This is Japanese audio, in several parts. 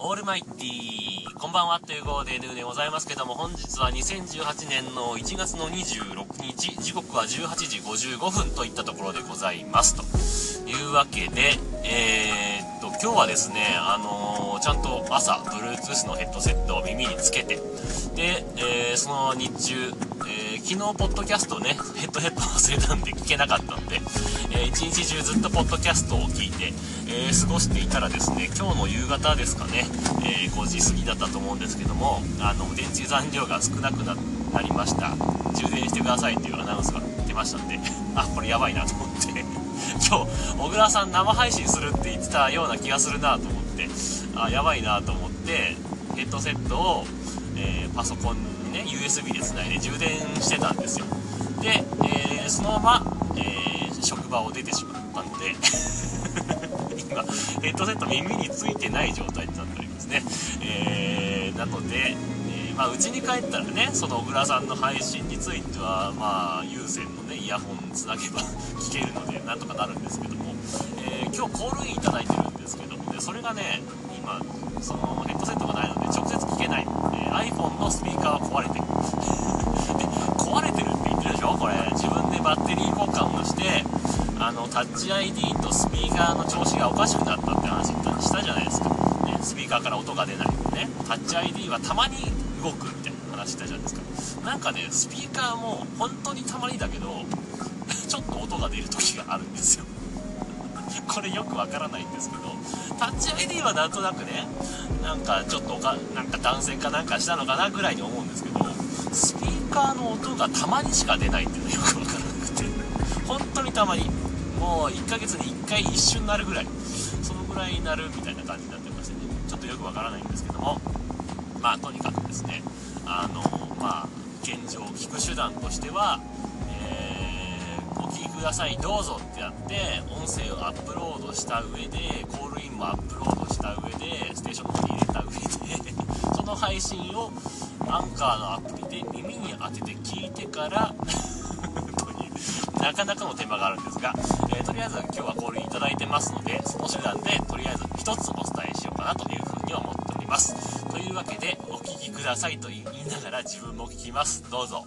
オールマイティーこんばんはということでヌーでございますけども、本日は2018年の1月の26日、時刻は18時55分といったところでございますというわけで、今日はですね、ちゃんと朝 Bluetooth のヘッドセットを耳につけて、で、その日中、昨日ポッドキャストね、ヘッド忘れたんで聞けなかったんで、一日中ずっとポッドキャストを聞いて、過ごしていたらですね、今日の夕方ですかね、5時過ぎだったと思うんですけども、電池残量が少なくなりました、充電してくださいというアナウンスが出ましたんでこれやばいなと思って今日小倉さん生配信するって言ってたような気がするなと思って、やばいなと思ってヘッドセットを、パソコンにね USB でつないで充電してたんですよ。で、そのまま、職場を出てしまったんで今ヘッドセット耳についてない状態になっておりますね。なので、家に帰ったらね、その小倉さんの配信については有線のねイヤホンつなげば聞けるのでなんとかなるんですけども、今日コールインいただいてるんですけどもね、それがね今そのヘッドセットがないので直接聞けない、iPhone のスピーカーは壊れてるで壊れてるって言ってるでしょ。これ自分でバッテリー交換をしてタッチ ID とスピーカーの調子がおかしくなったって話したじゃないですか、ね、スピーカーから音が出ないのでね、タッチ ID はたまに動くみたいな話したじゃないですか。なんかねスピーカーも本当にたまにだけどちょっと音が出る時があるんですよこれよくわからないんですけど、タッチ ID はなんとなくね、なんかちょっとなんか断線かなんかしたのかなぐらいに思うんですけど、スピーカーの音がたまにしか出ないっていうのがよくわからなくて、本当にたまに、もう1ヶ月に1回一瞬なるぐらい、そのぐらいになるみたいな感じになってましてね、ちょっとよくわからないんですけども、とにかくですね、現状聞く手段としては、お聞きくださいどうぞってやって音声をアップロードした上でコールインもアップロードした上でステーションの方に入れた上でその配信をアンカーのアプリで耳に当てて聞いてからというなかなかの手間があるんですが、とりあえず今日はコールインいただいてますので、その手段でとりあえず一つお伝えしようかなというふうに思っております。というわけでお聞きくださいと言いながら自分も聞きます。どうぞ。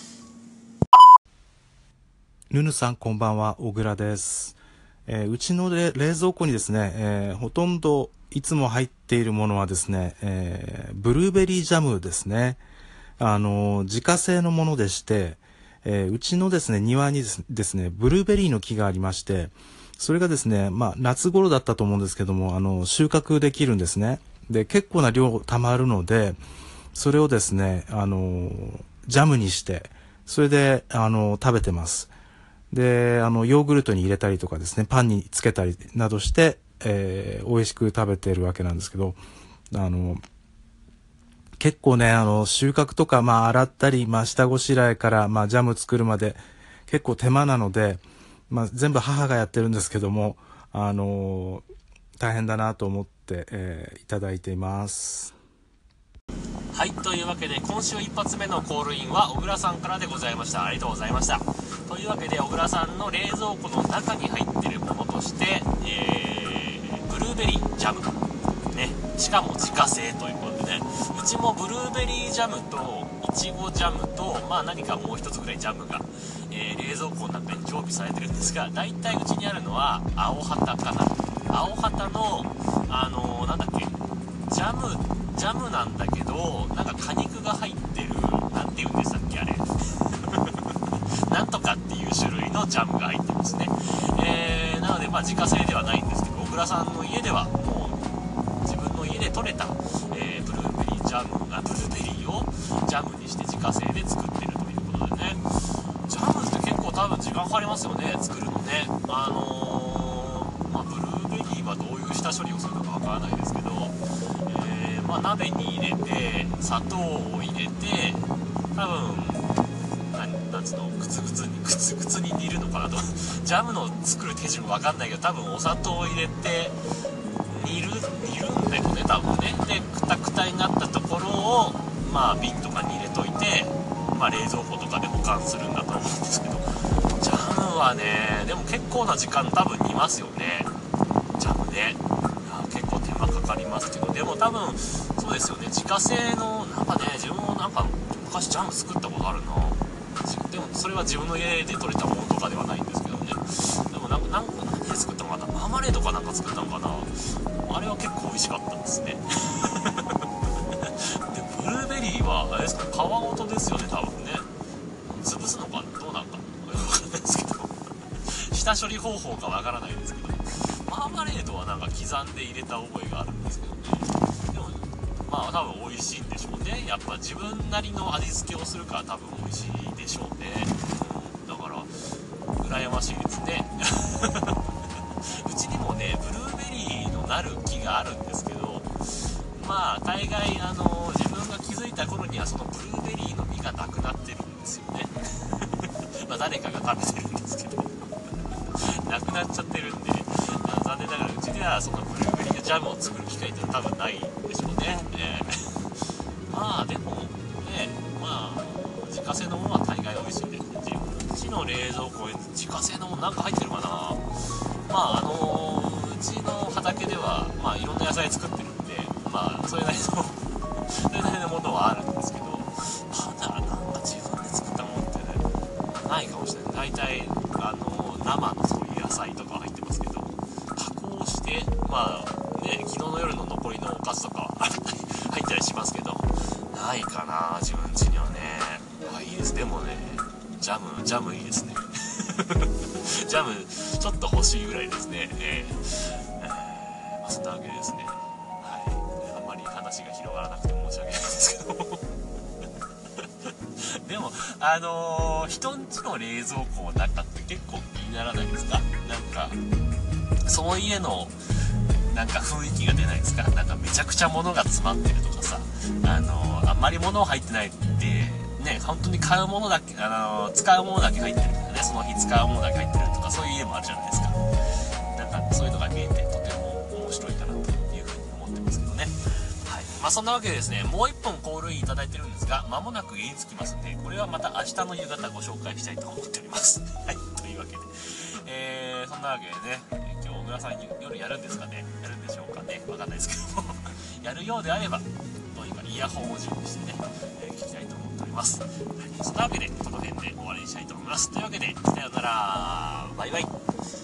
ヌヌさんこんばんは、小倉です。うちの冷蔵庫にですね、ほとんどいつも入っているものはですね、ブルーベリージャムですね。自家製のものでして、うちのですね庭にですねブルーベリーの木がありまして、それがですね夏頃だったと思うんですけども収穫できるんですね。で結構な量たまるので、それをですねジャムにしてそれで食べてます。でヨーグルトに入れたりとかですね、パンにつけたりなどして、美味しく食べているわけなんですけど、結構ね収穫とか洗ったり下ごしらえからジャム作るまで結構手間なので、全部母がやってるんですけども大変だなと思って、いただいています。 はい、というわけで今週一発目のコールインは小倉さんからでございました。ありがとうございました。というわけで小倉さんの冷蔵庫の中に入っているものとして、ブルーベリージャムね、しかも自家製ということでね、うちもブルーベリージャムといちごジャムと何かもう一つぐらいジャムが、冷蔵庫の中に常備されてるんですが、だいたいうちにあるのは青旗かな。青旗のなんだっけ、ジャムなんだけどなんか果肉が入ってる、なんて言うんでしたっけあれなんとかっていう種類のジャムが入ってますね。なので自家製ではないんですけど、小倉さんの家ではもう自分の家で採れた、ブルーベリーをジャムにして自家製で作ってるということでね、ジャムって結構多分時間かかりますよね、作るのね。ブルーベリーはどういう下処理をするのかわからないですけど、鍋に入れて砂糖を入れて多分なんつうのグツグツに煮るのかなとジャムの作る手順わかんないけど、多分お砂糖を入れて煮るんだよね多分ね。でクタクタになったところを瓶とかに入れといて、冷蔵庫とかで保管するんだと思うんですけど、ジャムはねでも結構な時間多分煮ますよね、ジャムね。結構手間かかりますますけど、でも多分そうですよね、自家製のなんかね、自分もなんか昔ジャム作ったことあるな。でもそれは自分の家で採れたものとかではないんですけどね。でも何で作ったのかな、マーマレードかなんか作ったのかな。あれは結構美味しかったですね。でブルーベリーはあれですか、皮ごとですよね、多分ね。潰すのかな、どうなんか分かんないですけど、下処理方法かわからないですけど、マーマレードはなんか刻んで入れた覚えがあるんですけどね。でもまあ多分美味しいんでしょうね。やっぱ自分なりの味付けをするから多分美味しいでしょうね。だから羨ましいですね。うちにもねブルーベリーのなる木があるんですけど、まあ大概自分が気づいた頃にはそのブルーベリーの実がなくなってるんですよね。まあ誰かが食べてるんですけどなくなっちゃってるんで、残念ながらうちではそのブルーベリーのジャムを作る機会っていうのは多分ないでしょうね。まあでもね、まあ自家製のものは大概美味しいんで、うちの冷蔵庫に自家製のものなんか入ってるかな。まあうちの畑ではまあいろんな野菜作ってるんで、まあそれなりのものはあるんですけど、ただなんか自分で作ったものってねないかもしれない。大体生のそういう野菜とか入ってますけど、加工してまあね、昨日の夜の残りのおかずとか入ったりしますけど、ないかな自分家にはね。いいです。でもね、ジャムいいですね。ジャムちょっと欲しいぐらいですね。まあ、そんなわけですね。はい、あんまり話が広がらなくて申し訳ないんですけどでも人んちの冷蔵庫の中って結構気にならないですか？なんかその家のなんか雰囲気が出ないですか？なんかめちゃくちゃ物が詰まってるとかさ、あんまり物入ってないってね、本当に買うものだけ使うものだけ入ってるとかね、その日使うものだけ入ってるとか、そういう家もあるじゃないですか。なんかそういうのが見えてとても面白いかなというふうに思ってますけどね。はい、まあそんなわけでですね、もう一本コールインいただいてるんですが、間もなく家に着きますんで、これはまた明日の夕方ご紹介したいと思っております。はい、というわけで、そんなわけでね、今日小倉さん夜やるんですかね、やるんでしょうかね、わかんないですけどもやるようであればどうにかイヤホンを準備してね、聞きたいと思っております。はい、そんなわけでこの辺で終わりにしたいと思います。というわけでさようなら、バイバイ。